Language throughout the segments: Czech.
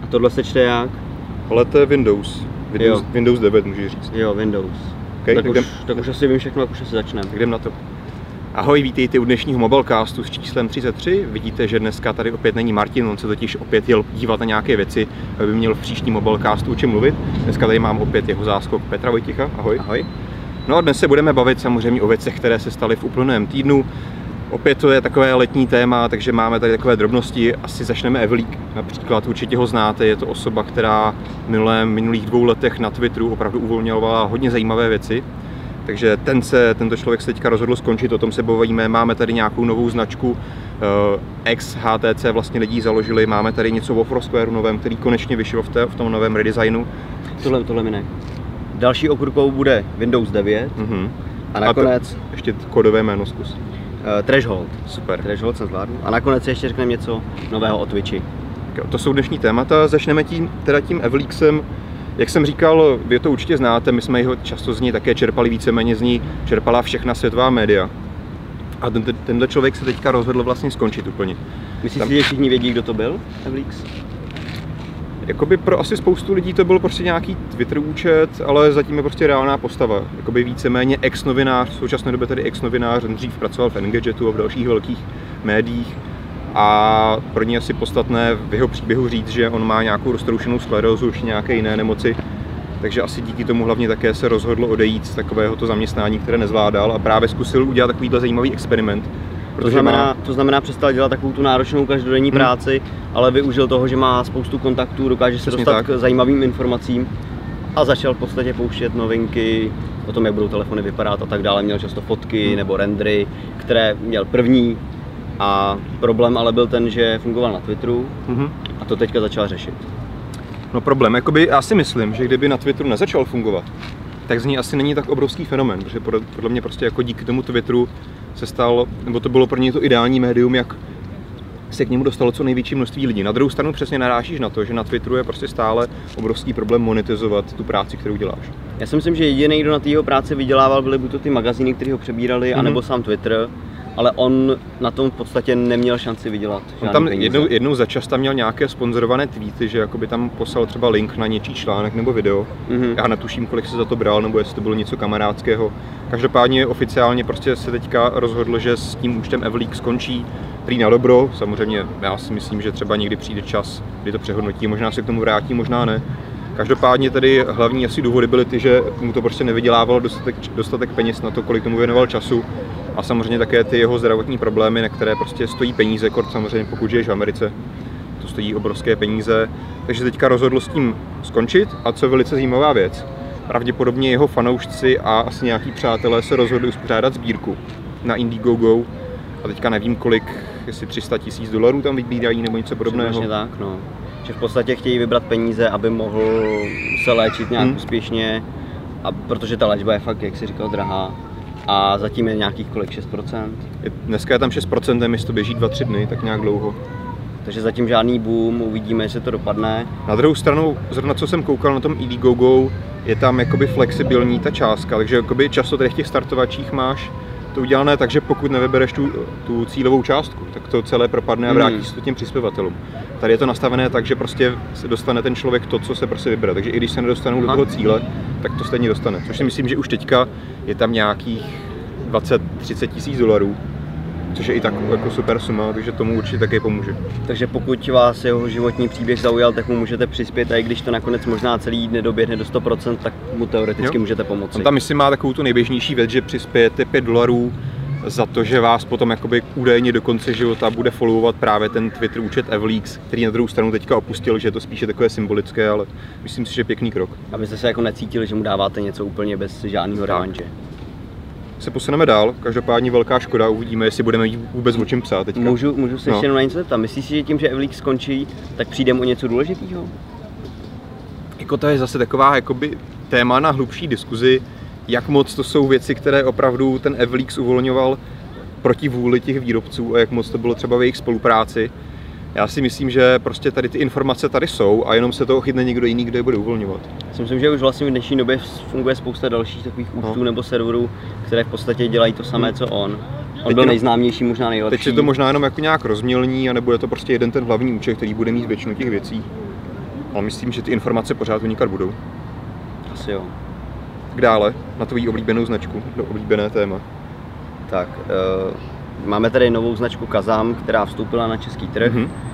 tohle se čte jak? Ale to je Windows 9, můžeš říct. Jo, Windows. Okay, tak už asi vím všechno, jak už asi začneme. Jdem na to. Ahoj, vítejte u dnešního Mobilecastu s číslem 33. Vidíte, že dneska tady opět není Martin, on se totiž opět jel dívat na nějaké věci, aby měl v příštím Mobilecastu o čem mluvit. Dneska tady mám opět jeho záskok Petra Vojticha. Ahoj. Ahoj. No a dnes se budeme bavit samozřejmě o věcech, které se staly v uplynulém týdnu. Opět to je takové letní téma, takže máme tady takové drobnosti. Asi začneme Evlík, například určitě ho znáte, je to osoba, která v minulých 2 letech na Twitteru opravdu uvolňovala hodně zajímavé věci. Takže tento člověk se teďka rozhodl skončit, o tom se bavíme. Máme tady nějakou novou značku, ex-HTC vlastně lidi založili, máme tady něco o Foursquareu novém, který konečně vyšel v tom novém redesignu. Tohle mi ne. Další okruhou bude Windows 9 a nakonec... ještě kódové jméno zkus. Threshold. Super. Threshold jsem zvládl. A nakonec ještě řekneme něco nového o Twitchi. To jsou dnešní témata, začneme tím Evlíksem. Jak jsem říkal, vy to určitě znáte, my jsme ho často z ní také čerpali, víceméně z ní čerpala všechna světová média. A tenhle člověk se teďka rozhodl vlastně skončit úplně. Myslíš si, že všichni vědí, kdo to byl, Evlíks? Jakoby pro asi spoustu lidí to byl prostě nějaký Twitter účet, ale zatím je prostě reálná postava. Jakoby víceméně ex-novinář, v současné době tady ex-novinář, on dřív pracoval v Engadgetu a v dalších velkých médiích. A pro ně asi podstatné v jeho příběhu říct, že on má nějakou roztroušenou sklerózu, už nějaké jiné nemoci. Takže asi díky tomu hlavně také se rozhodl odejít z takovéhoto zaměstnání, které nezvládal a právě zkusil udělat takovýhle zajímavý experiment. To znamená přestal dělat takovou tu náročnou každodenní práci, ale využil toho, že má spoustu kontaktů, dokáže se dostat k zajímavým informacím a začal v podstatě pouštět novinky o tom, jak budou telefony vypadat a tak dále. Měl často fotky nebo rendery, které měl první. A problém ale byl ten, že fungoval na Twitteru a to teďka začal řešit. No problém, jakoby já si myslím, že kdyby na Twitteru nezačal fungovat, tak z ní asi není tak obrovský fenomén, protože podle mě prostě jako díky tomu Twitteru se stal, nebo to bylo pro něj to ideální médium, jak se k němu dostalo co největší množství lidí. Na druhou stranu přesně narážíš na to, že na Twitteru je prostě stále obrovský problém monetizovat tu práci, kterou děláš. Já si myslím, že jediný, kdo na té jeho práci vydělával, byly buď to ty magazíny, které ho přebírali, anebo sám Twitter. Ale on na tom v podstatě neměl šanci vydělat. On tam jednou za čas tam měl nějaké sponzorované tweety, že jakoby tam poslal třeba link na něčí článek nebo video. Já netuším, kolik se za to bral, nebo jestli to bylo něco kamarádského. Každopádně oficiálně prostě se teďka rozhodl, že s tím účtem Evlík skončí. Prý na dobro, samozřejmě já si myslím, že třeba někdy přijde čas, kdy to přehodnotí, možná se k tomu vrátí, možná ne. Každopádně tedy hlavní asi důvody byly ty, že mu to prostě nevydělávalo dostatek peněz na to, kolik tomu věnoval času. A samozřejmě také ty jeho zdravotní problémy, na které prostě stojí peníze, samozřejmě pokud žiješ v Americe, to stojí obrovské peníze. Takže teďka rozhodl s tím skončit a co je velice zajímavá věc. Pravděpodobně jeho fanoušci a asi nějaký přátelé se rozhodli uspořádat sbírku na Indiegogo. A teďka nevím kolik, jestli $300,000 tam vybírají nebo něco podobného. Vlastně tak, no. Že v podstatě chtějí vybrat peníze, aby mohl se léčit nějak úspěšně, a protože ta léčba je fakt, jak jsi říkal, drahá. A zatím je nějakých kolik? 6%? Dneska je tam 6%, jestli to běží 2-3 dny, tak nějak dlouho. Takže zatím žádný boom, uvidíme, jestli to dopadne. Na druhou stranu, zrovna co jsem koukal na tom Indiegogo, je tam jakoby flexibilní ta částka, takže jakoby často tady v těch startovačích máš to udělané tak, že pokud nevybereš tu cílovou částku, tak to celé propadne a vrátí se to těm přispěvatelům. Tady je to nastavené tak, že prostě se dostane ten člověk to, co se prostě vybere, takže i když se nedostanou do toho cíle, tak to stejně dostane. Což si myslím, že už teďka je tam nějakých $20-30 000, což je i tak jako super suma, takže tomu určitě také pomůže. Takže pokud vás jeho životní příběh zaujal, tak mu můžete přispět a i když to nakonec možná celý nedoběhne do 100%, tak mu teoreticky můžete pomoci. On tam myslím má takovou tu nejběžnější věc, že přispějete $5 za to, že vás potom jakoby údajně do konce života bude followovat právě ten Twitter účet Evlíks, který na druhou stranu teďka opustil, že je to spíše takové symbolické, ale myslím si, že je pěkný krok. Abyste se jako necítili, že mu dáváte něco úplně bez žádného revanže. Se posuneme dál, každopádně velká škoda, uvidíme, jestli budeme mít vůbec o čem psát teďka. Můžu se ještě na něco zeptat, myslíš si, že tím, že Evlík skončí, tak přijdeme o něco důležitého? Jako to je zase taková jakoby téma na hlubší diskuzi, jak moc to jsou věci, které opravdu ten Evlík uvolňoval proti vůli těch výrobců a jak moc to bylo třeba v jejich spolupráci. Já si myslím, že prostě tady ty informace tady jsou a jenom se toho chytne někdo jiný, kdo je bude uvolňovat. Myslím, že už vlastně v dnešní době funguje spousta dalších takových účtů nebo serverů, které v podstatě dělají to samé, co on. On byl nejznámější, možná nejlepší. Teď se to možná jenom jako nějak rozmělní, anebo je to prostě jeden ten hlavní účet, který bude mít většinu těch věcí. Ale myslím, že ty informace pořád unikat budou. Asi jo. Tak dále, na tvoji oblíbenou značku, do oblíbené téma. Tak, máme tady novou značku Kazam, která vstoupila na český trh.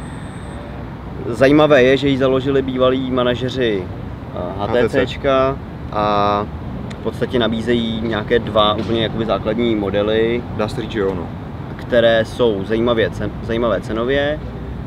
Zajímavé je, že ji založili bývalí manažeři HTCčka a v podstatě nabízejí nějaké dva úplně jakoby základní modely. Dá se říct, že jo, no. Které jsou zajímavé cenově,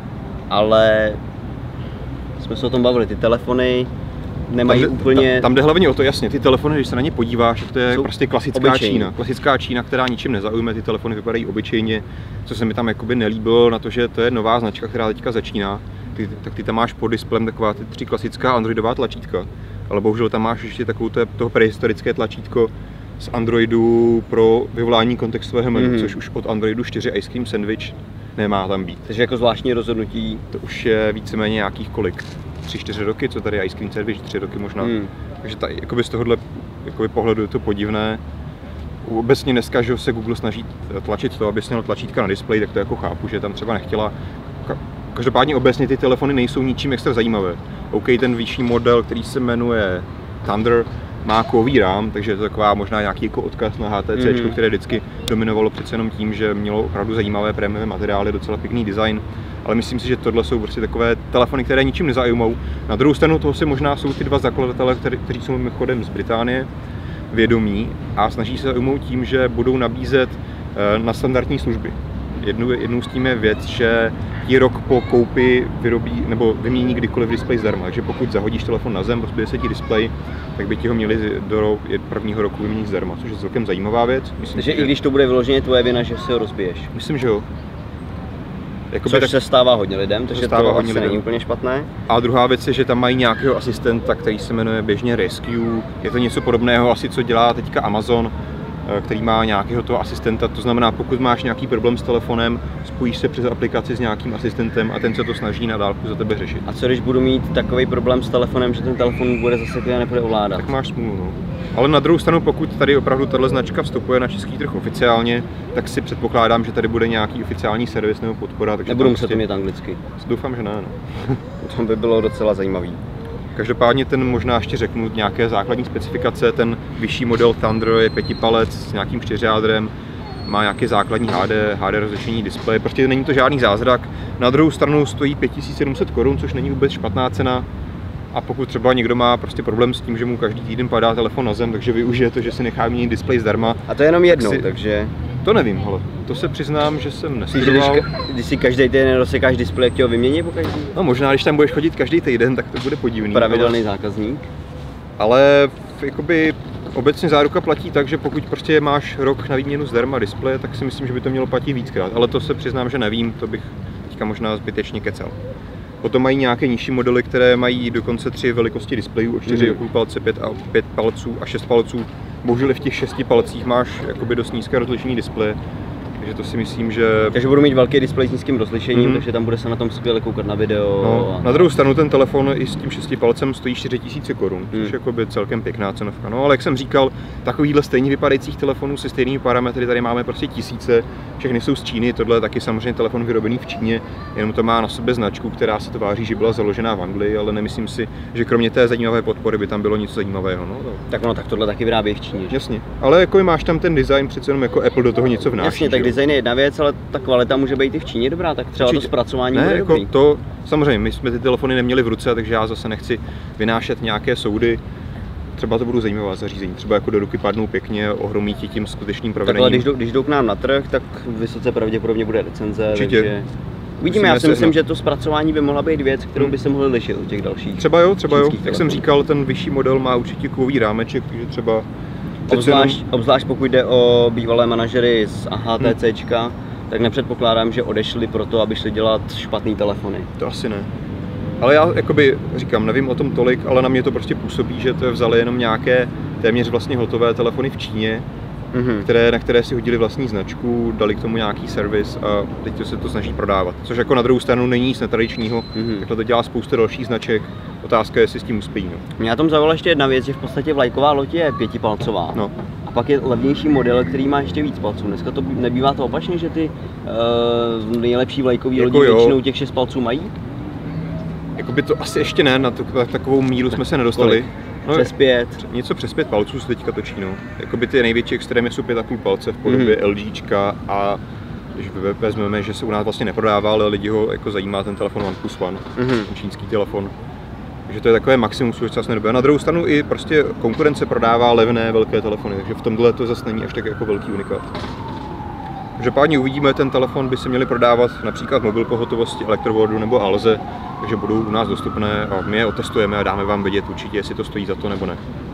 ale jsme se o tom bavili, ty telefony nemají úplně... Tam jde hlavně o to, jasně, ty telefony, když se na ně podíváš, to je prostě klasická Čína. Klasická Čína, která ničím nezaujme, ty telefony vypadají obyčejně, co se mi tam jakoby nelíbilo na to, že to je nová značka, která teďka začíná. Tak ty tam máš pod displejem taková ty 3 klasická androidová tlačítka, ale bohužel tam máš ještě takovou toho prehistorické tlačítko z Androidu pro vyvolání kontextového menu, což už od Androidu 4 Ice Cream Sandwich nemá tam být. Takže jako zvláštní rozhodnutí. To už je víceméně nějakých kolik? 3-4 roky, co tady Ice Cream Sandwich, 3 roky možná. Takže jakoby z tohohle jakoby pohledu je to podivné. Obecně dneska, že se Google snaží tlačit to, aby měl tlačítka na displeji, tak to jako chápu, že tam třeba nechtěla. Každopádně obecně ty telefony nejsou ničím extra zajímavé. OK, ten vyšší model, který se jmenuje Thunder, má kovový rám, takže je to taková možná nějaký jako odkaz na HTC, které vždycky dominovalo přece jenom tím, že mělo opravdu zajímavé prémiové materiály, docela pěkný design. Ale myslím si, že tohle jsou prostě takové telefony, které ničím nezajímou. Na druhou stranu toho jsou ty dva zakladatelé, kteří jsou mimochodem z Británie, vědomí a snaží se zaujmout tím, že budou nabízet na standardní služby. Jednou s tím je věc, že ti rok po koupi vyrobí nebo vymění kdykoliv displej zdarma, takže pokud zahodíš telefon na zem, rozbije se ti displej, tak by ti ho měli do prvního roku vyměnit zdarma, což je celkem zajímavá věc. Takže i když to bude vyloženě tvoje vina, že si ho rozbiješ? Myslím, že jo. Což se stává hodně lidem, takže to asi není úplně špatné. A druhá věc je, že tam mají nějakého asistenta, který se jmenuje běžně Rescue. Je to něco podobného asi, co dělá teďka Amazon, který má nějakého toho asistenta. To znamená, pokud máš nějaký problém s telefonem, spojíš se přes aplikaci s nějakým asistentem a ten se to snaží na dálku za tebe řešit. A co když budu mít takový problém s telefonem, že ten telefon bude zaseklý a nebude ovládat? Tak máš smůlu, no. Ale na druhou stranu, pokud tady opravdu tato značka vstupuje na český trh oficiálně, tak si předpokládám, že tady bude nějaký oficiální servis nebo podpora. Nebudu muset to mít anglicky. Doufám, že ne, no. To by bylo docela zajímavý. Každopádně ten možná ještě řeknu nějaké základní specifikace, ten vyšší model Thunder je 5palec s nějakým 4 jádrem, má nějaké základní HD rozlišení displeje, prostě není to žádný zázrak. Na druhou stranu stojí 5700 Kč, což není vůbec špatná cena. A pokud třeba někdo má prostě problém s tím, že mu každý týden padá telefon na zem, takže využije to, že si nechá měnit displej zdarma. A to je jenom jednou, takže... To nevím, hele. To se přiznám, že jsem nestudoval. Když si každý týden rozsekáš displej, jak ti ho vymění po každý? No možná, když tam budeš chodit každý týden, tak to bude podivný. Pravidelný zákazník. Ale jakoby obecně záruka platí tak, že pokud prostě máš rok na výměnu zdarma displeje, tak si myslím, že by to mělo platit víckrát. Ale to se přiznám, že nevím, to bych teďka možná zbytečně kecal. Potom mají nějaké nižší modely, které mají dokonce 3 velikosti displejů, o 4,5 palce, 5 palců a 6 palců. Bohužel v těch 6 palcích máš jakoby dost nízké rozlišení displeje, takže to si myslím, že... Takže budu mít velký displej s nízkým rozlišením, takže tam bude se na tom skvěle koukat na video. No, na druhou stranu ten telefon i s tím 6 palcem stojí 4000 Kč, což je celkem pěkná cenovka. No ale jak jsem říkal, takovýhle stejně vypadajících telefonů se stejnými parametry tady máme prostě tisíce, všechny jsou z Číny, tohle je taky samozřejmě telefon vyrobený v Číně, jenom to má na sobě značku, která se tváří, že byla založená v Anglii, ale nemyslím si, že kromě té zajímavé podpory by tam bylo něco zajímavého. No, tak tohle taky vyrábí v Číně. Jasně, ale jako máš tam ten design, přece jenom jako Apple do toho něco vnáší. Jasně, tak design je jedna věc, ale ta kvalita může být i v Číně dobrá, tak třeba určitě. To zpracování bude jako dobrý. To samozřejmě, my jsme ty telefony neměli v ruce, takže já zase nechci vynášet nějaké soudy. Třeba to budou zajímavá zařízení, třeba jako do ruky padnou pěkně, ohromí ti tím skutečným provedením. Takhle, když jdou k nám na trh, tak vysoce pravděpodobně bude recenze. Určitě. Takže... Uvidíme, já si myslím, že to zpracování by mohla být věc, kterou by se mohli lišit od těch dalších. Třeba jo. Jak jsem říkal, ten vyšší model má určitě kovový rámeček, takže třeba... Obzvlášť pokud jde o bývalé manažery z HTCčka, tak nepředpokládám, že odešli proto, aby šli dělat špatný telefony. To asi ne. Ale já jakoby říkám, nevím o tom tolik, ale na mě to prostě působí, že to vzali jenom nějaké téměř vlastně hotové telefony v Číně, na které si hodili vlastní značku, dali k tomu nějaký servis a teď se to snaží prodávat. Což jako na druhou stranu není nic netradičního, takhle to dělá spousta dalších značek. Otázka je, jestli s tím uspějí. No. Mě na tom zaujala ještě jedna věc, že v podstatě vlajková loď je 5palcová. No. A pak je levnější model, který má ještě víc palců. Dneska to nebývá to opačně, že ty nejlepší vlajkový lodi většinou těch 6 palců mají? Jakoby to asi ještě ne, na takovou míru jsme se nedostali. No, přes 5. Něco přes 5 palců se teďka točí, no. Jakoby ty největší extrémy jsou 5,5 palce v podobě LGčka a když vezmeme, že se u nás vlastně neprodává, ale lidi ho jako zajímá ten telefon OnePlus One, ten čínský telefon. Takže to je takové maximum v současné době. A na druhou stranu i prostě konkurence prodává levné velké telefony, takže v tomhle to zase není až tak jako velký unikát. Každopádně uvidíme, ten telefon by se měli prodávat například v mobil pohotovosti, Electroworldu nebo Alze, takže budou u nás dostupné a my je otestujeme a dáme vám vědět určitě, jestli to stojí za to nebo ne.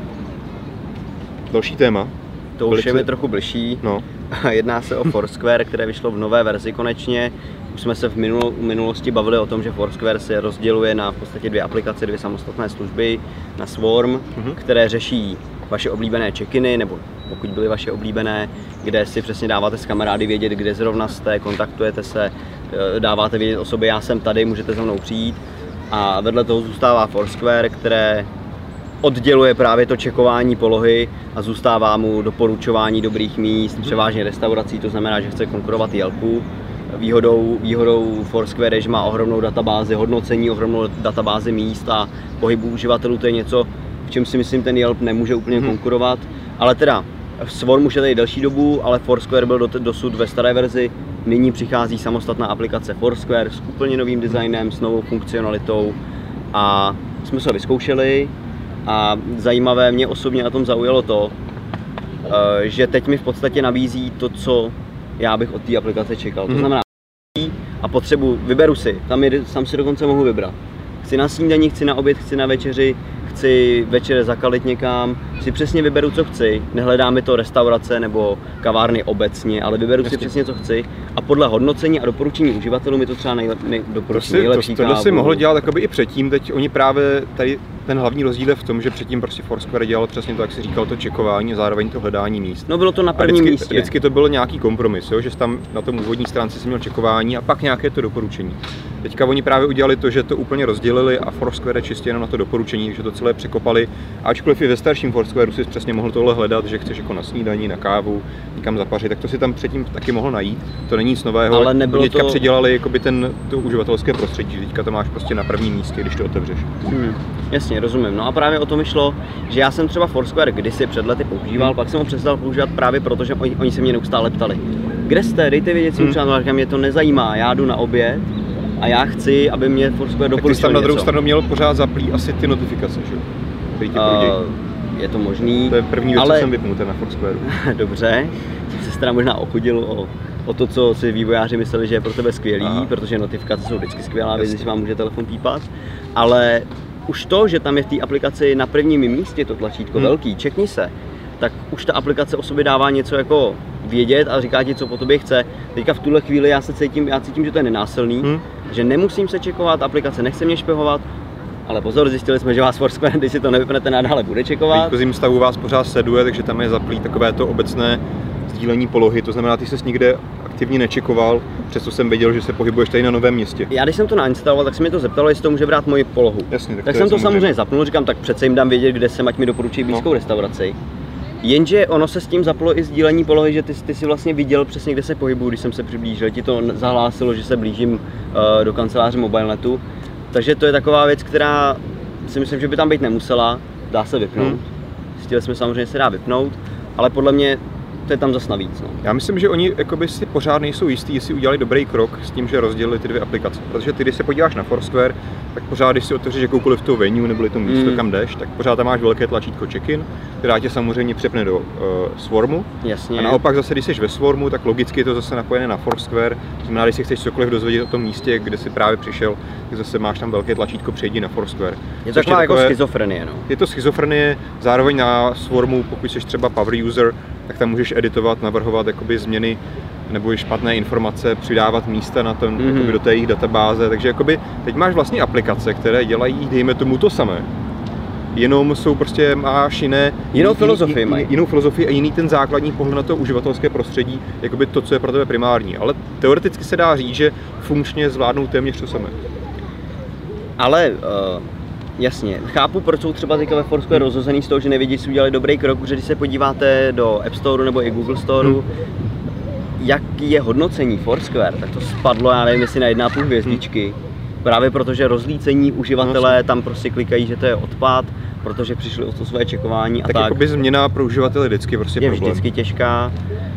Další téma. To už je mi trochu bližší. No. Jedná se o Foursquare, které vyšlo v nové verzi konečně. Už jsme se v minulosti bavili o tom, že Foursquare se rozděluje na v podstatě 2 aplikace, 2 samostatné služby, na Swarm, které řeší vaše oblíbené check-iny, nebo pokud byly vaše oblíbené, kde si přesně dáváte s kamarády vědět, kde zrovna jste, kontaktujete se, dáváte vědět o sobě, já jsem tady, můžete za mnou přijít. A vedle toho zůstává Foursquare, které odděluje právě to čekování polohy a zůstává mu doporučování dobrých míst, převážně restaurací, to znamená, že chce konkurovat Yelpu. Výhodou Foursquare je, že má ohromnou databázi hodnocení, ohromnou databázi míst a pohybu uživatelů, to je něco, v čem si myslím ten Yelp nemůže úplně konkurovat. Ale teda, Swarm už je tady delší dobu, ale Foursquare byl dosud ve staré verzi. Nyní přichází samostatná aplikace Foursquare s úplně novým designem, s novou funkcionalitou a jsme se ho vyzkoušeli. A zajímavé mě osobně na tom zaujalo to, že teď mi v podstatě nabízí to, co já bych od té aplikace čekal. To znamená, a potřebu, vyberu si, tam si dokonce mohu vybrat. Chci na snídani, chci na oběd, chci na večeři, chci večer zakalit někam, si přesně vyberu, co chci, nehledám mi to restaurace nebo kavárny obecně, ale vyberu si přesně, co chci a podle hodnocení a doporučení uživatelů mi to třeba doporučí nejlepší kávu. To si mohl dělat jakoby i předtím, teď oni právě tady ten hlavní rozdíl je v tom, že předtím prostě Foursquare dělal přesně to, jak si říkal, to čekování a zároveň to hledání míst. No bylo to na prvním místě. Vždycky to bylo nějaký kompromis, jo? Že tam na tom úvodní stránce si měl čekování a pak nějaké to doporučení. Teďka oni právě udělali to, že to úplně rozdělili a Foursquare čistě jenom na to doporučení, že to celé překopali. Ačkoliv i ve starším Foursquare si přesně mohl tohle hledat, že chceš jako na snídani, na kávu, někam zapařit, tak to si tam předtím taky mohl najít. To není nic nového. Ale nebylo teďka to... předělali jakoby to uživatelské prostředí, teďka to máš prostě na prvním místě, když to otevřeš. Jasně, rozumím. No a právě o tom mi šlo, že já jsem třeba Foursquare kdysi před lety používal, pak jsem ho přestal používat právě proto, že oni se mě neustále ptali. Kde jste, dejte vědět svým přátelům, mě to nezajímá, já jdu na oběd a já chci, aby mě Foursquare doporučil něco. Tak ty jsi tam na druhou stranu měl pořád zaplý asi ty notifikace, že? Je to možný. To je první věc, co jsem vypnul na Foursquare. Dobře, jsem se teda možná ochudil o to, co si vývojáři mysleli, že je pro tebe skvělý, protože notifikace jsou vždycky skvělá věc, když vám může telefon pípat, ale už to, že tam je v té aplikaci na prvním místě to tlačítko velký, čekni se, tak už ta aplikace o sobě dává něco jako vědět a říká ti, co po tobě chce. Teďka v tuhle chvíli já cítím, že to je nenásilný, že nemusím se čekovat, aplikace nechce mě špehovat, ale pozor, zjistili jsme, že vás Foursquare, když si to nevypnete, nadále bude čekovat. V výchozím stavu vás pořád sleduje, takže tam je zaplý takové to obecné sdílení polohy, to znamená, ty ses nikde aktivně nečekoval, přesto jsem věděl, že se pohybuješ tady na novém místě. Já když jsem to nainstaloval, tak se mi to zeptalo, jestli to může brát moji polohu. Jasně, tak jsem to samozřejmě zapnul, říkám, tak přece jim dám vědět, kde jsem, ať mi doporučí blízkou restauraci. Jenže ono se s tím zaplo i sdílení polohy, že ty si vlastně viděl přesně, kde se pohybuju, když jsem se přiblížil. Ti to zahlásilo, že se blížím do kanceláře Mobilenetu. Takže to je taková věc, která si myslím, že by tam být nemusela, dá se vypnout. Zjistili jsme samozřejmě, že se dá vypnout, ale podle mě to je tam zas navíc. No. Já myslím, že oni si pořád nejsou jistí, jestli udělali dobrý krok s tím, že rozdělili ty 2 aplikace. Protože ty, když se podíváš na Foursquare, tak pořád, když si otevřeš jakoukoliv to venue nebo to místo, kam jdeš, tak pořád tam máš velké tlačítko check-in, která tě samozřejmě přepne do Swarmu. Jasně. A naopak zase, když jsi ve Swarmu, tak logicky je to zase napojené na Foursquare. Znamená, když si chceš cokoliv dozvědět o tom místě, kde jsi právě přišel, tak zase máš tam velké tlačítko přejdi na Foursquare. Je to taková jako schizofrenie, no. Je to schizofrenie, zároveň na Swarmu, pokud jsi třeba power user, tak tam můžeš editovat, navrhovat jakoby změny nebo i špatné informace, přidávat místa na tom, jakoby do té jejich databáze, takže jakoby teď máš vlastně aplikace, které dělají, dejme tomu, to samé. Jenom jsou prostě, máš jinou filozofii a jiný ten základní pohled na to uživatelské prostředí, jakoby to, co je pro tebe primární, ale teoreticky se dá říct, že funkčně zvládnou téměř to samé. Ale jasně, chápu, proč jsou třeba teďka ve Foursquare rozhozený z toho, že nevědí, jestli udělali dobrý krok, protože když se podíváte do App Store nebo i Google Store, jaký je hodnocení Foursquare, tak to spadlo, já nevím, jestli na 1,5 hvězdičky. Právě protože rozlícení uživatelé tam prostě klikají, že to je odpad, protože přišli o to své čekování a tak. Jakoby změna pro uživatele vždycky prostě je problém. vždycky těžká.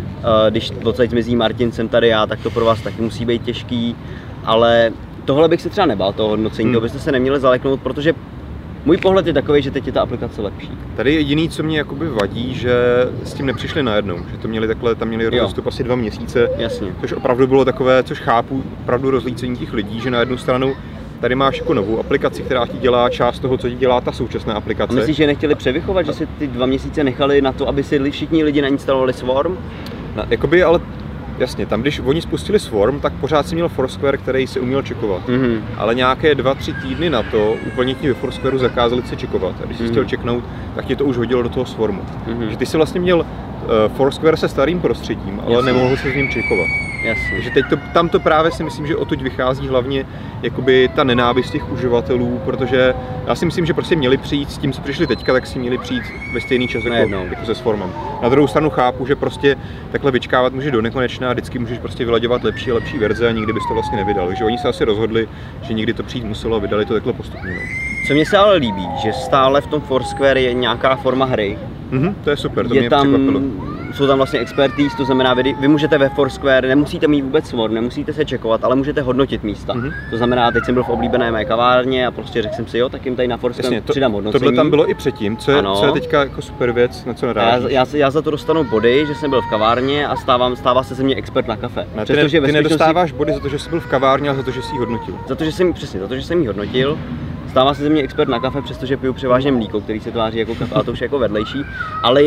Když odsaď zmizí Martin, jsem tady já, tak to pro vás taky musí být těžký, ale tohle bych se třeba nebál, toho hodnocení, to byste se neměli zaleknout, protože můj pohled je takový, že teď je ta aplikace lepší. Tady jediný, co mě jakoby vadí, že s tím nepřišli najednou, že to měli takhle, tam měli rozestup asi 2 měsíce, jasně. Což opravdu bylo takové, což chápu, opravdu rozlícení těch lidí, že na jednu stranu tady máš jako novou aplikaci, která ti dělá část toho, co ti dělá ta současná aplikace. A myslíš, že nechtěli převychovat, že si ty 2 měsíce nechali na to, aby si všichni lidi nainstalovali Swarm? Jakoby, ale jasně, tam když oni spustili Swarm, tak pořád si měl Foursquare, který se uměl čekovat. Ale nějaké 2-3 týdny na to úplně ti ve Foursquareu zakázali se čekovat. A když jsi chtěl čeknout, tak tě to už hodilo do toho Swarmu. Že ty jsi vlastně měl Foursquare se starým prostředím, ale nemohl se s ním čekovat. Jasně. Takže teď tam to právě si myslím, že odtud vychází hlavně jakoby ta nenávist těch uživatelů, protože já si myslím, že prostě měli přijít s tím, co přišli teďka, tak si měli přijít ve stejný čas jako se Swarmem. Na druhou stranu chápu, že prostě takhle vyčkávat může do nekonečna a vždycky můžeš prostě vylaďovat lepší a lepší verze a nikdy bys to vlastně nevydal. Takže oni se asi rozhodli, že někdy to přijít muselo a vydali to takhle postupně. No. Co mě se ale líbí, že stále v tom Foursquare je nějaká forma hry. To je super, to mě překvapilo. Jsou tam vlastně expertíz, to znamená, vy můžete ve Foursquare, nemusíte mít vůbec Swarm, nemusíte se čekovat, ale můžete hodnotit místa. To znamená, teď jsem byl v oblíbené mé kavárně a prostě řekl jsem si, jo, tak jim tady na Foursquare přidám hodnocení. Tohle tam bylo i předtím, co je teďka jako super věc, na co narážíš. Já za to dostanu body, že jsem byl v kavárně a stává se ze mě expert na kafe. Ty nedostáváš body za to, že jsi byl v kavárně, ale za to, že jsi ji hodnotil. Za to, že jsem ji hodnotil. Stává se ze mě expert na kafe, přestože piju převážně mlíko, který se tváří jako kafe, a to už je jako vedlejší, ale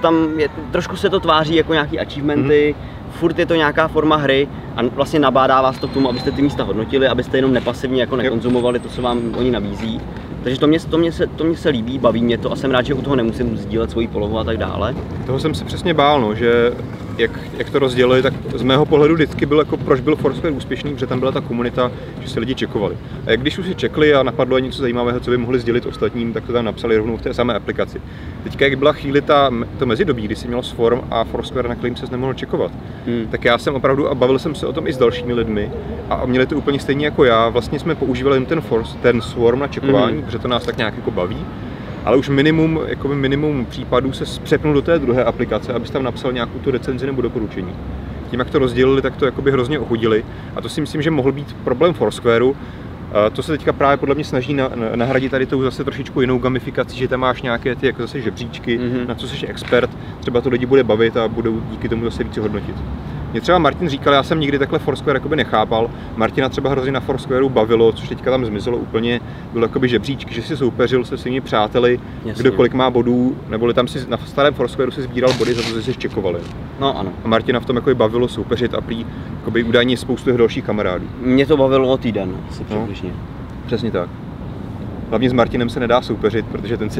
trošku se to tváří jako nějaký achievementy, furt je to nějaká forma hry a vlastně nabádá vás to k tomu, abyste ty místa hodnotili, abyste jenom nepasivně jako nekonzumovali to, co vám oni nabízí. Takže to mě se líbí, baví mě to a jsem rád, že u toho nemusím sdílet svoji polohu a tak dále. Toho jsem se přesně bál, no, že jak to rozdělili, tak z mého pohledu vždycky byl jako, proč byl Foursquare úspěšný, protože tam byla ta komunita, že se lidi čekovali. A jak když už si čekli a napadlo něco zajímavého, co by mohli sdělit ostatním, tak to tam napsali rovnou v té samé aplikaci. Teďka, jak byla chvíli to mezidobí, kdy si měl Swarm a Foursquare, na kterým ses nemohl čekovat, tak já jsem opravdu, a bavil jsem se o tom i s dalšími lidmi, a měli to úplně stejně jako já, vlastně jsme používali jen ten Swarm na čekování, protože to nás tak nějak jako baví. Ale už minimum případů se přepnul do té druhé aplikace, abys tam napsal nějakou tu recenzi nebo doporučení. Tím, jak to rozdělili, tak to jakoby hrozně ochudili. A to si myslím, že mohl být problém Foursquareu. To se teďka právě podle mě snaží nahradit tady tou zase trošičku jinou gamifikací, že tam máš nějaké ty jako zase žebříčky, na co jsi expert, třeba to lidi bude bavit a budou díky tomu zase více hodnotit. Mě třeba Martin říkal, já jsem nikdy takhle Foursquare jakoby nechápal. Martina třeba hrozně na Foursquareu bavilo, což teďka tam zmizelo úplně, byl jakoby žebříčky, že si soupeřil se svými přáteli, kdo kolik má bodů, neboli tam si na starém Foursquareu si sbíral body za to, že jsi čekovali. No ano. A Martina v tom jakoby bavilo soupeřit a prý jakoby údajně spoustu dalších kamarádů. Mě to bavilo týden, asi přibližně. Přesně tak. Hlavně s Martinem se nedá soupeřit, protože ten se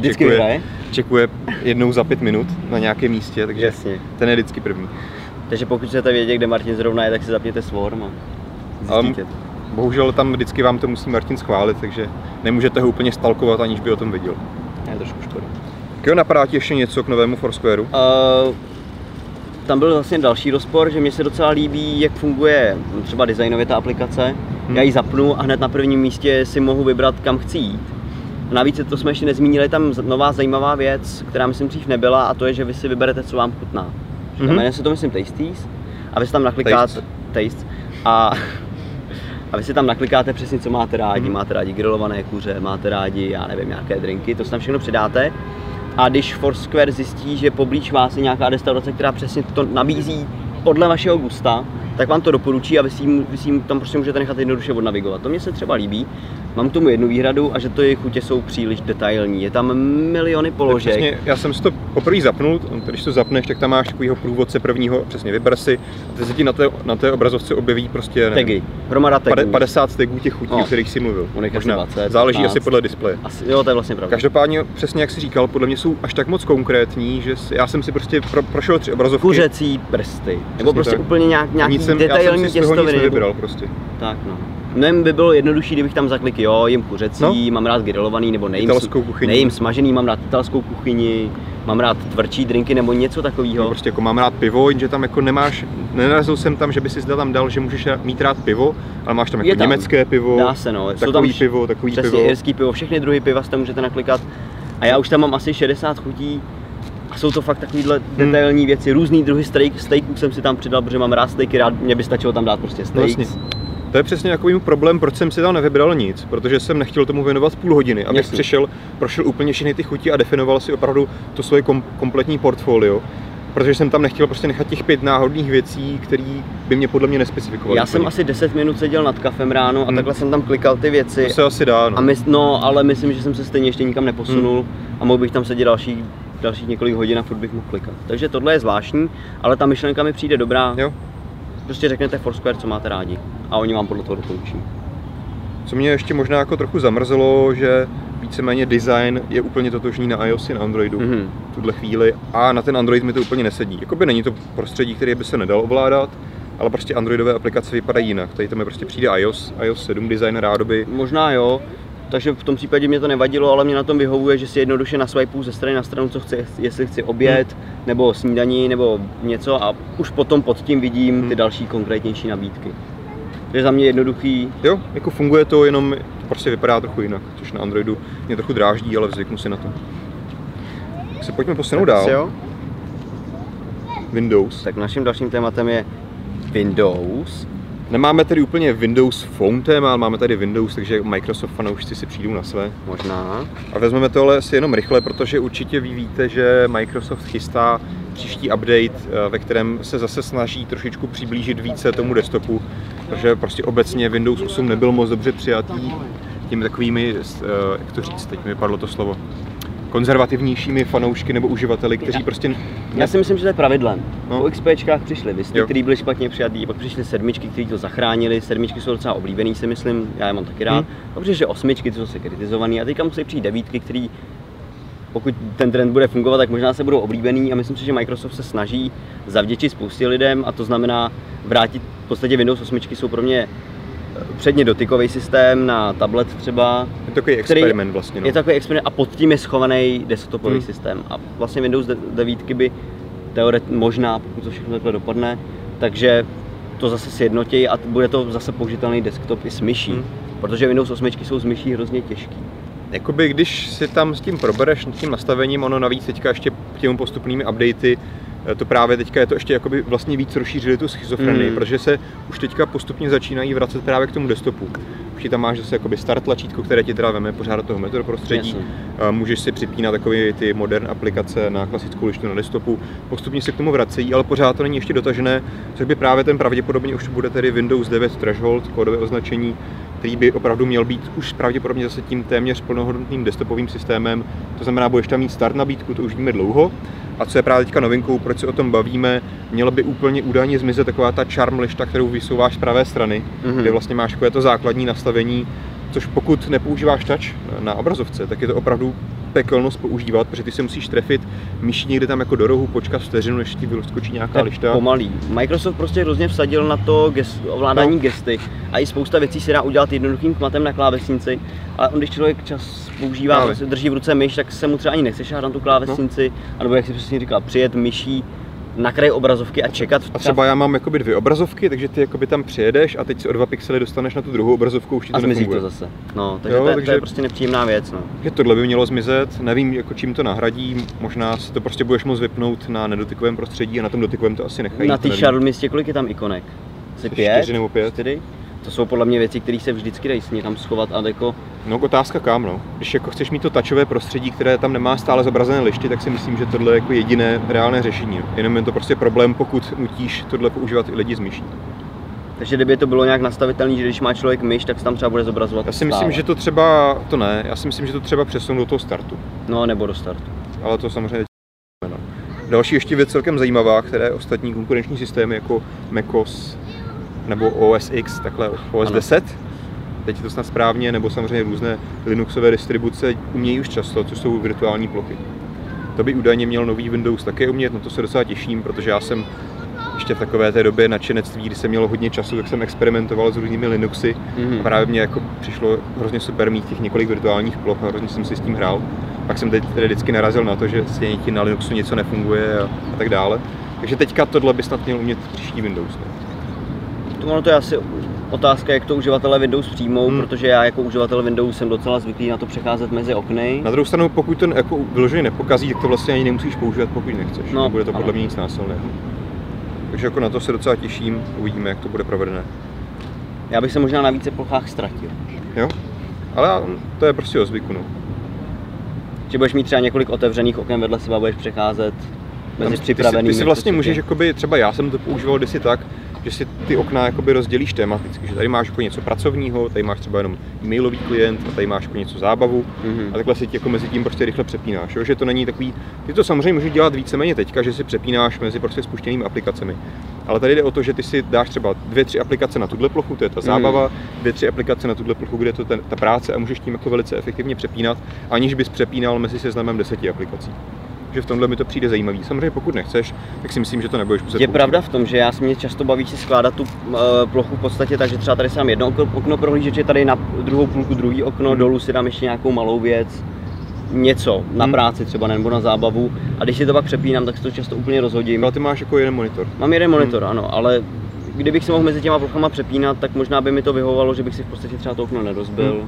čekuje jednou za 5 minut na nějakém místě, takže ten je vždycky první. Takže pokud chcete vědět, kde Martin zrovna je, tak si zapněte Swarm a zjistíte. Bohužel tam vždycky vám to musí Martin schválit, takže nemůžete ho úplně stalkovat, aniž by o tom věděl. Je trošku škoda. Jo, napadá ti ještě něco k novému Foursquareu? Tam byl vlastně další rozpor, že mně se docela líbí, jak funguje třeba designově ta aplikace. Já ji zapnu a hned na prvním místě si mohu vybrat, kam chci jít. Navíc to jsme ještě nezmínili, tam nová zajímavá věc, která myslím dřív nebyla, a to je, že vy si vyberete, co vám chutná. Jmenuje se to, myslím, Tasties, a vy si tam naklikáte Taste a vy si tam naklikáte přesně, co máte rádi. Máte rádi grilované kuře, máte rádi, já nevím, nějaké drinky, to si tam všechno přidáte. A když Foursquare zjistí, že poblíž vás je nějaká restaurace, která přesně to nabízí podle vašeho gusta, tak vám to doporučí a vy si jim tam prostě můžete nechat jednoduše odnavigovat. To mně se třeba líbí. Mám k tomu jednu výhradu, a že to jejich chutě jsou příliš detailní. Je tam miliony položek. Přesně, já jsem si to poprvé zapnul, když to zapneš, tak tam máš takovýho průvodce prvního, přesně vyber si, a teď se ti na té obrazovce objeví prostě tagy, hromada tagů. 50 tagů těch chutí, o kterých jsi mluvil. Možná 20, záleží 15. asi podle displeje. Jo, to je vlastně pravda. Každopádně, přesně jak jsi říkal, podle mě jsou až tak moc konkrétní, že já jsem si prostě prošel 3 obrazovky. Kuřecí prsty, nebo prostě tak. Úplně nějaký detailní těstoviny. Nevybral prostě. Tak no. Mnohem by bylo jednodušší, kdybych tam zaklikl, jo, jim kuřecí, mám rád grilovaný, nebo nejím smažený, mám rád italskou kuchyni, mám rád tvrdší drinky nebo něco takového. No, prostě jako mám rád pivo, jenže tam jako nenarazil jsem tam, že by si tam dal, že můžeš mít rád pivo, ale máš tam jako německé pivo, dá se, no. takový pivo. Přesně, irský pivo, všechny druhy piva tam můžete naklikat. A já už tam mám asi 60 chutí a jsou to fakt takovýhle detailní věci, různý druhy steaků jsem si tam přidal, protože mám rád steaky, mě by stačilo tam dát prostě steak. Vlastně. To je přesně takový problém, proč jsem si tam nevybral nic, protože jsem nechtěl tomu věnovat půl hodiny, abych prošel úplně všechny ty chuti a definoval si opravdu to svoje kompletní portfolio, protože jsem tam nechtěl prostě nechat těch 5 náhodných věcí, které by mě podle mě nespecifikovaly. Já jsem asi 10 minut seděl nad kafem ráno a takhle jsem tam klikal ty věci. To se asi dá, no. Ale myslím, že jsem se stejně ještě nikam neposunul a mohl bych tam sedět dalších několik hodin a furt bych mohl klikat. Takže tohle je zvláštní, ale ta myšlenka mi přijde dobrá. Jo. Prostě řeknete Foursquare, co máte rádi a oni vám podle toho doporučí. Co mě ještě možná jako trochu zamrzelo, že víceméně design je úplně totožný na iOS i na Androidu v tuhle chvíli a na ten Android mi to úplně nesedí. Jakoby není to prostředí, které by se nedalo ovládat, ale prostě androidové aplikace vypadají jinak. Tady to mi prostě přijde iOS 7 design rádoby. Možná jo, takže v tom případě mě to nevadilo, ale mě na tom vyhovuje, že si jednoduše naswipeu ze strany na stranu, co chci, jestli chci oběd, nebo snídaní, nebo něco a už potom pod tím vidím ty další konkrétnější nabídky. Takže za mě jednoduchý. Jo, jako funguje to, jenom prostě vypadá trochu jinak, což na Androidu mě trochu dráždí, ale zvyknu si na to. Tak se pojďme posunout dál. Jo. Windows. Tak naším dalším tématem je Windows. Nemáme tady úplně Windows Phone téma, ale máme tady Windows, takže Microsoft fanoušci si přijdou na své. Možná. A vezmeme to ale asi jenom rychle, protože určitě vy víte, že Microsoft chystá příští update, ve kterém se zase snaží trošičku přiblížit více tomu desktopu, protože prostě obecně Windows 8 nebyl moc dobře přijatý těmi takovými, jak to říct, teď mi vypadlo to slovo, konzervativnějšími fanoušky nebo uživateli, kteří prostě... Já si myslím, že to je pravidlem. No. Po XPčkách přišly Visty, které byly špatně přijatý, pak přišly 7, které to zachránili, 7 jsou docela oblíbený, si myslím, já je mám taky rád. Pak přišly 8, ty jsou se kritizovaný a teďka musí přijít 9, který pokud ten trend bude fungovat, tak možná se budou oblíbený a myslím si, že Microsoft se snaží zavděčit spoustě lidem a to znamená vrátit v podstatě Windows 8 jsou pro mě předně dotykový systém na tablet třeba. Je takový experiment vlastně. No. Je takový experiment a pod tím je schovaný desktopový systém. A vlastně Windows 9 by možná, pokud to všechno takhle dopadne, takže to zase sjednotí a bude to zase použitelný desktop i s myší. Protože Windows 8 jsou s myší hrozně těžký. Jakoby když si tam s tím probereš, tím nastavením, ono navíc teďka ještě těmi postupnými updaty, to právě teďka je to ještě jakoby vlastně víc rozšířili tu schizofrenii, protože se už teďka postupně začínají vracet právě k tomu desktopu. Už tam máš zase jakoby start tlačítko, které ti teda veme pořád do toho metro prostředí. Můžeš si připínat takové ty modern aplikace na klasickou lištu na desktopu. Postupně se k tomu vracejí, ale pořád to není ještě dotažené, což by právě ten pravděpodobně už bude tedy Windows 9 Threshold, kódové označení, který by opravdu měl být už pravděpodobně zase tím téměř plnohodnotným desktopovým systémem. To znamená, budeš tam mít start nabídku, to už víme dlouho. A co je právě teďka novinkou, proč se o tom bavíme, měla by úplně údajně zmizet taková ta charm lišta, kterou vysouváš z pravé strany, kde vlastně máš takové to základní nastavení, což pokud nepoužíváš touch na obrazovce, tak je to opravdu pekelnost používat, protože ty se musíš trefit myší někde tam jako do rohu, počkat vteřinu, než ti vyskočí nějaká lišta. Pomalý. Microsoft prostě hrozně vsadil na to ovládání gesty a i spousta věcí se dá udělat jednoduchým kmatem na klávesnici, ale když člověk čas používá, prostě drží v ruce myš, tak se mu třeba ani nechce šáhat na tu klávesnici, anebo jak si přesně říkal, přijet myší na kraj obrazovky a čekat. A třeba já mám jakoby 2 obrazovky, takže ty jakoby tam přijedeš a teď si o 2 pixely dostaneš na tu druhou obrazovku, už ti to nefunguje. A zmizí to zase. No, takže to je prostě nepříjemná věc. No. Že tohle by mělo zmizet, nevím jako čím to nahradí, možná si to prostě budeš moct vypnout na nedotykovém prostředí a na tom dotykovém to asi nechají. Na té Charlotte místě kolik je tam ikonek? Asi 5? 4 nebo 5. 4? To jsou podle mě věci, které se vždycky dají někam schovat a jako... No otázka kam, no. Když jako chceš mít to touchové prostředí, které tam nemá stále zobrazené lišty, tak si myslím, že tohle je jako jediné reálné řešení. Jenom je to prostě problém, pokud nutíš tohle používat i lidi z myší. Takže kdyby to bylo nějak nastavitelné, že když má člověk myš, tak se tam třeba bude zobrazovat. Já si myslím, že to třeba, to ne, já si myslím, že to třeba přesunout do toho startu. No, nebo do startu. Ale to samozřejmě no. Další ještě věc celkem zajímavá, které ostatní konkurenční systémy jako macOS nebo OS X, takhle OS 10, teď je to snad správně, nebo samozřejmě různé Linuxové distribuce umějí už často, což jsou virtuální plochy. To by údajně měl nový Windows také umět, na to se docela těším, protože já jsem ještě v takové té době nadšenectví, kdy jsem měl hodně času, tak jsem experimentoval s různými Linuxy. A právě mě jako přišlo hrozně super mít těch několik virtuálních ploch a hrozně jsem si s tím hrál. Pak jsem teď vždycky narazil na to, že stejně ti na Linuxu něco nefunguje a tak dále. Takže teďka tohle by snad měl umět příští Windows. Ono to je asi otázka, jak to uživatelé Windows přijmou, protože já jako uživatel Windows jsem docela zvyklý na to přecházet mezi okny. Na druhou stranu, pokud to jako vyloženě nepokazí, tak to vlastně ani nemusíš používat, pokud nechceš. No, bude to podle mě nic násilného. Takže jako na to se docela těším, uvidíme, jak to bude provedené. Já bych se možná na více plochách ztratil. Jo, ale to je prostě o zvyku, no. Že budeš mít třeba několik otevřených oken vedle sebe, budeš přecházet mezi připravenými. Ty si vlastně můžeš, jakoby, třeba já jsem to používal kdysi tak, že si ty okna jakoby rozdělíš tematicky, že tady máš jako něco pracovního, tady máš třeba jenom e-mailový klient a tady máš jako něco zábavu a takhle si jako mezi tím prostě rychle přepínáš, jo? Že to není takový, ty to samozřejmě můžeš dělat víceméně teďka, že si přepínáš mezi prostě spuštěnými aplikacemi, ale tady jde o to, že ty si dáš třeba 2-3 aplikace na tuhle plochu, to je ta zábava, 2-3 aplikace na tuhle plochu, kde je to ta práce a můžeš tím jako velice efektivně přepínat, aniž bys přepínal mezi seznamem 10 aplikací. Že v tomhle mi to přijde zajímavý. Samozřejmě pokud nechceš, tak si myslím, že to nebudeš muset. Je pravda v tom, že já se mě často baví si skládat tu plochu v podstatě tak, že třeba tady si dám jedno okno prohlížeče, tady na druhou půlku druhý okno, dolů si dám ještě nějakou malou věc, něco na práci třeba nebo na zábavu a když si to pak přepínám, tak si to často úplně rozhodím. Ale ty máš jako jeden monitor. Mám jeden monitor, ano, ale kdybych se mohl mezi těma plochama přepínat, tak možná by mi to vyhovovalo, že bych si v podstatě třeba to okno nerozbil.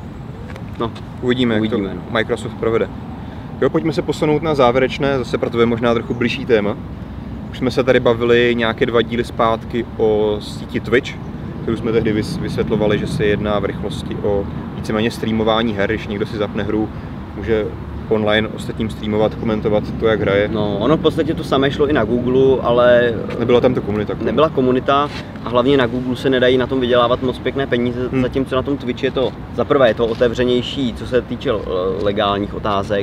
No, uvidíme, jak to Microsoft provede. Jo, pojďme se posunout na závěrečné, zase pro tebe možná trochu blížší téma. Už jsme se tady bavili nějaké 2 díly zpátky o síti Twitch, kterou jsme tehdy vysvětlovali, že se jedná v rychlosti o víceméně streamování her, když někdo si zapne hru, může online ostatním streamovat, komentovat to, jak hraje. No, ono v podstatě to samé šlo i na Google, ale nebyla tam ta komunita. Nebyla komunita a hlavně na Google se nedají na tom vydělávat moc pěkné peníze, zatímco na tom Twitchi je to, zaprvé je to otevřenější, co se týče legálních otázek.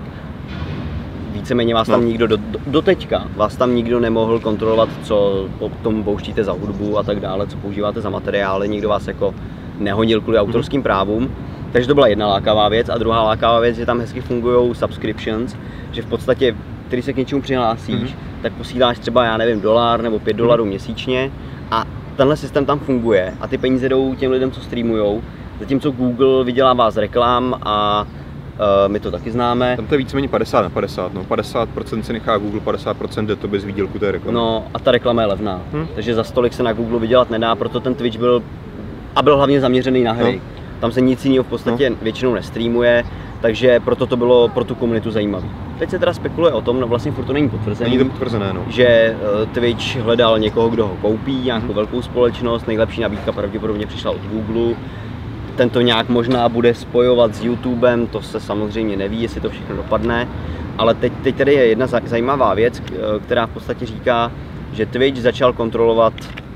Víceméně vás tam nikdo, doteďka vás tam nikdo nemohl kontrolovat, co potom pouštíte za hudbu a tak dále, co používáte za materiály, nikdo vás jako nehonil kvůli autorským právům. Takže to byla jedna lákavá věc a druhá lákavá věc, že tam hezky fungují subscriptions, že v podstatě, když se k něčemu přihlásíš, tak posíláš třeba, já nevím, $1 nebo $5 měsíčně a tenhle systém tam funguje a ty peníze jdou těm lidem, co streamujou, zatímco Google vydělává z reklam a my to taky známe. Tam to je víceméně 50/50, no. 50% si nechá Google, 50% jde to bez výdělku té reklamy. No a ta reklama je levná, takže za stolik se na Google vydělat nedá, proto ten Twitch byl hlavně zaměřený na hry. Tam se nic jiného v podstatě většinou nestreamuje, takže proto to bylo pro tu komunitu zajímavé. Teď se teda spekuluje o tom, no vlastně furt to není potvrzené. Není to potvrzené, no. Že Twitch hledal někoho, kdo ho koupí, nějakou velkou společnost, nejlepší nabídka pravděpodobně přišla od Google. Ten to nějak možná bude spojovat s YouTubem, to se samozřejmě neví, jestli to všechno dopadne, ale teď tady je jedna zajímavá věc, která v podstatě říká, že Twitch začal kontrolovat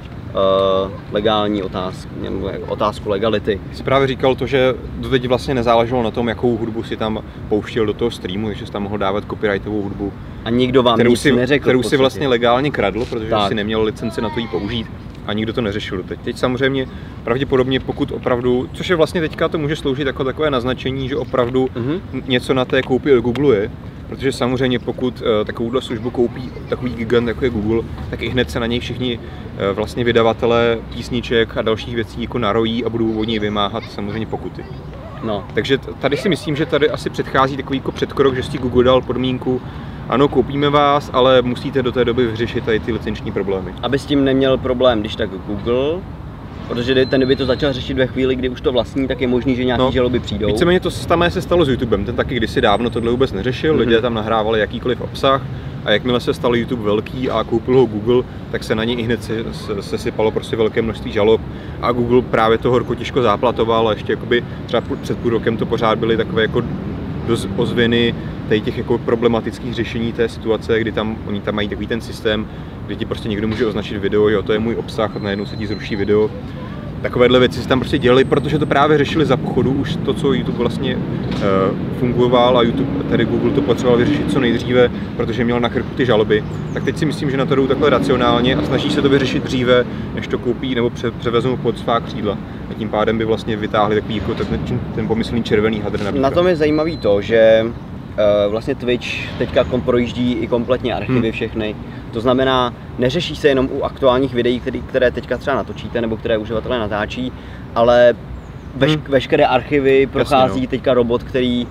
legální otázku legality. Jsi právě říkal to, že doteď vlastně nezáleželo na tom, jakou hudbu si tam pouštěl do toho streamu, takže jsi tam mohl dávat copyrightovou hudbu. A nikdo vám nic neřekl. Kterou si vlastně legálně kradl, protože si neměl licenci na to jí použít. A nikdo to neřešil doteď. Teď samozřejmě pravděpodobně, pokud opravdu, což je vlastně teďka to může sloužit jako takové naznačení, že opravdu něco na té koupi od Google je, protože samozřejmě pokud takovouhle službu koupí takový gigant jako je Google, tak i hned se na něj všichni vlastně vydavatelé písniček a dalších věcí jako narojí a budou od něj vymáhat samozřejmě pokuty. No. Takže tady si myslím, že tady asi předchází takový jako předkrok, že si Google dal podmínku, ano, koupíme vás, ale musíte do té doby vyřešit tady ty licenční problémy. Aby s tím neměl problém, když tak Google, protože ten by to začal řešit ve chvíli, kdy už to vlastní, tak je možný, že nějaký žaloby přijdou. Víceméně to samé se stalo s YouTubem, ten taky kdysi dávno tohle vůbec neřešil, lidé tam nahrávali jakýkoliv obsah a jakmile se stal YouTube velký a koupil ho Google, tak se na něj ihned sesypalo prostě velké množství žalob a Google právě to horko těžko záplatoval a ještě jakoby třeba před půl rokem to pořád byly takové jako ozvěny těch jako problematických řešení té situace, kdy oni tam mají takový ten systém, kdy ti prostě někdo může označit video, jo, to je můj obsah a najednou se ti zruší video. Takovéhle věci se tam prostě dělali, protože to právě řešili za pochodu, už to, co YouTube vlastně fungoval a tady Google to potřeboval vyřešit co nejdříve, protože měl na krku ty žaloby. Tak teď si myslím, že na to jdou takhle racionálně a snaží se to vyřešit dříve, než to koupí nebo převezmou pod svá křídla. A tím pádem by vlastně vytáhli takový jako ten pomyslný červený hadr na tom je zajímavý to, že vlastně Twitch teďka projíždí i kompletně archivy všechny. To znamená, neřeší se jenom u aktuálních videí, které teďka třeba natočíte nebo které uživatelé natáčí, ale veškeré archivy prochází teďka robot, který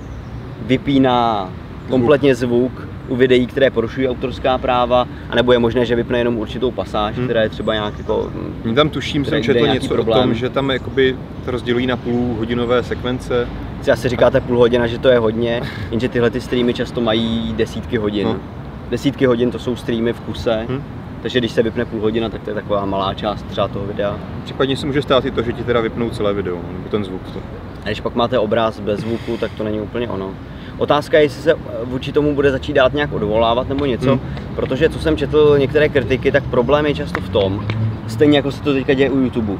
vypíná kompletně zvuk u videí, které porušují autorská práva, anebo je možné, že vypne jenom určitou pasáž, která je třeba nějak jako... Tam tuším, jsem četl něco problém. O tom, že tam jakoby to rozdělují na půlhodinové sekvence. Si asi říkáte půl hodina, že to je hodně, jenže tyhle ty streamy často mají desítky hodin. Desítky hodin to jsou streamy v kuse, takže když se vypne půl hodina, tak to je taková malá část třeba toho videa. Případně se může stát i to, že ti teda vypnou celé video, nebo ten zvuk. A když pak máte obraz bez zvuku, tak to není úplně ono. Otázka je, jestli se vůči tomu bude začít dát nějak odvolávat nebo něco, protože co jsem četl některé kritiky, tak problém je často v tom, stejně jako se to teďka děje u YouTube.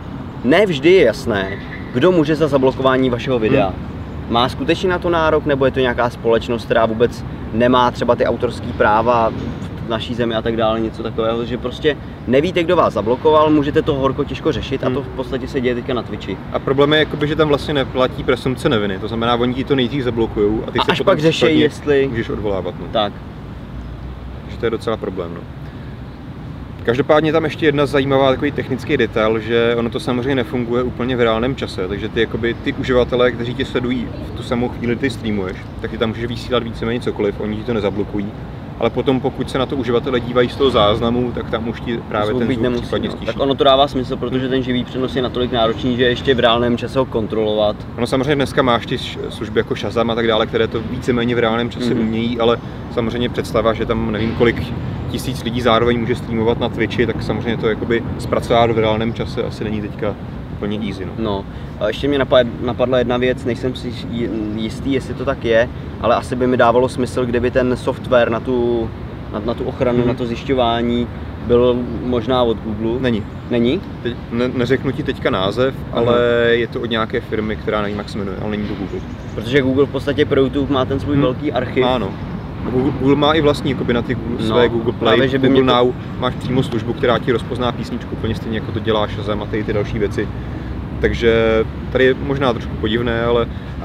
Ne vždy je jasné, kdo může za zablokování vašeho videa. Má skutečně na to nárok, nebo je to nějaká společnost, která vůbec nemá třeba ty autorské práva v naší zemi a tak dále, něco takového, že prostě nevíte, kdo vás zablokoval, můžete to horko těžko řešit a to v podstatě se děje teďka na Twitchi. A problém je, jakoby, že tam vlastně neplatí presumpce neviny, to znamená, oni ti to nejdřív zablokujou a ty se až pak řeší, jestli můžeš odvolávat. No. Tak. Takže to je docela problém. No. Každopádně tam ještě jedna zajímavá takový technický detail, že ono to samozřejmě nefunguje úplně v reálném čase, takže ty uživatelé, kteří tě sledují v tu samou chvíli, ty streamuješ, tak ty tam můžeš vysílat víceméně cokoliv, oni ti to nezablokují. Ale potom, pokud se na to uživatelé dívají z toho záznamu, tak tam už ti právě ten zvuk případně stíší. Tak ono to dává smysl, protože ten živý přenos je natolik náročný, že ještě v reálném čase ho kontrolovat. Ono samozřejmě dneska máš ty služby jako Shazam a tak dále, které to víceméně v reálném čase umějí, ale samozřejmě představa, že tam nevím kolik tisíc lidí zároveň může streamovat na Twitchi, tak samozřejmě to jakoby zpracovat v reálném čase asi není teďka úplně easy. No. A ještě mě napadla jedna věc, nejsem si jistý, jestli to tak je, ale asi by mi dávalo smysl, kdyby ten software na tu ochranu, na to zjišťování byl možná od Google. Není. Není? Neřeknu ti teďka název, ale je to od nějaké firmy, která nevím, jak se jmenuje, ale není to Google. Protože Google v podstatě pro YouTube má ten svůj velký archiv. Ano. Google má i vlastní na ty své Google Play, právě, že by Google Now máš přímo službu, která ti rozpozná písničku úplně stejně jako to dělá Shazam a ty další věci. Takže tady je možná trošku podivné, ale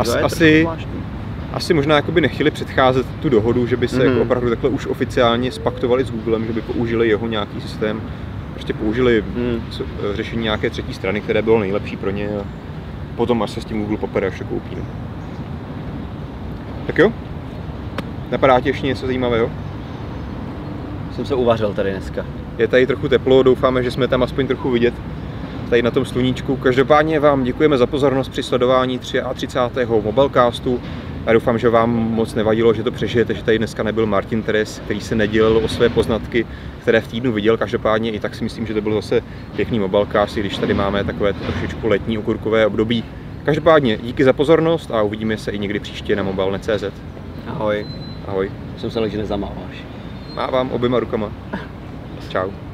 asi možná jakoby nechtěli předcházet tu dohodu, že by se jako opravdu takhle už oficiálně spaktovali s Googlem, že by použili jeho nějaký systém, prostě použili řešení nějaké třetí strany, které bylo nejlepší pro ně a potom až se s tím Google popere, až to koupí. Tak jo? Napadá ti ještě něco zajímavého? Jsem se uvařil tady dneska. Je tady trochu teplo, doufáme, že jsme tam aspoň trochu vidět tady na tom sluníčku. Každopádně vám děkujeme za pozornost při sledování 33. Mobilecastu. Já doufám, že vám moc nevadilo, že to přežijete, že tady dneska nebyl Martin Teres, který se nedělil o své poznatky, které v týdnu viděl. Každopádně i tak si myslím, že to byl zase pěkný Mobilecast, když tady máme takové trošičku letní okurkové období. Každopádně díky za pozornost a uvidíme se i někdy příště na mobilnet.cz. Ahoj. Ahoj. Jsem se že nezamáváš. Mávám oběma rukama. Čau.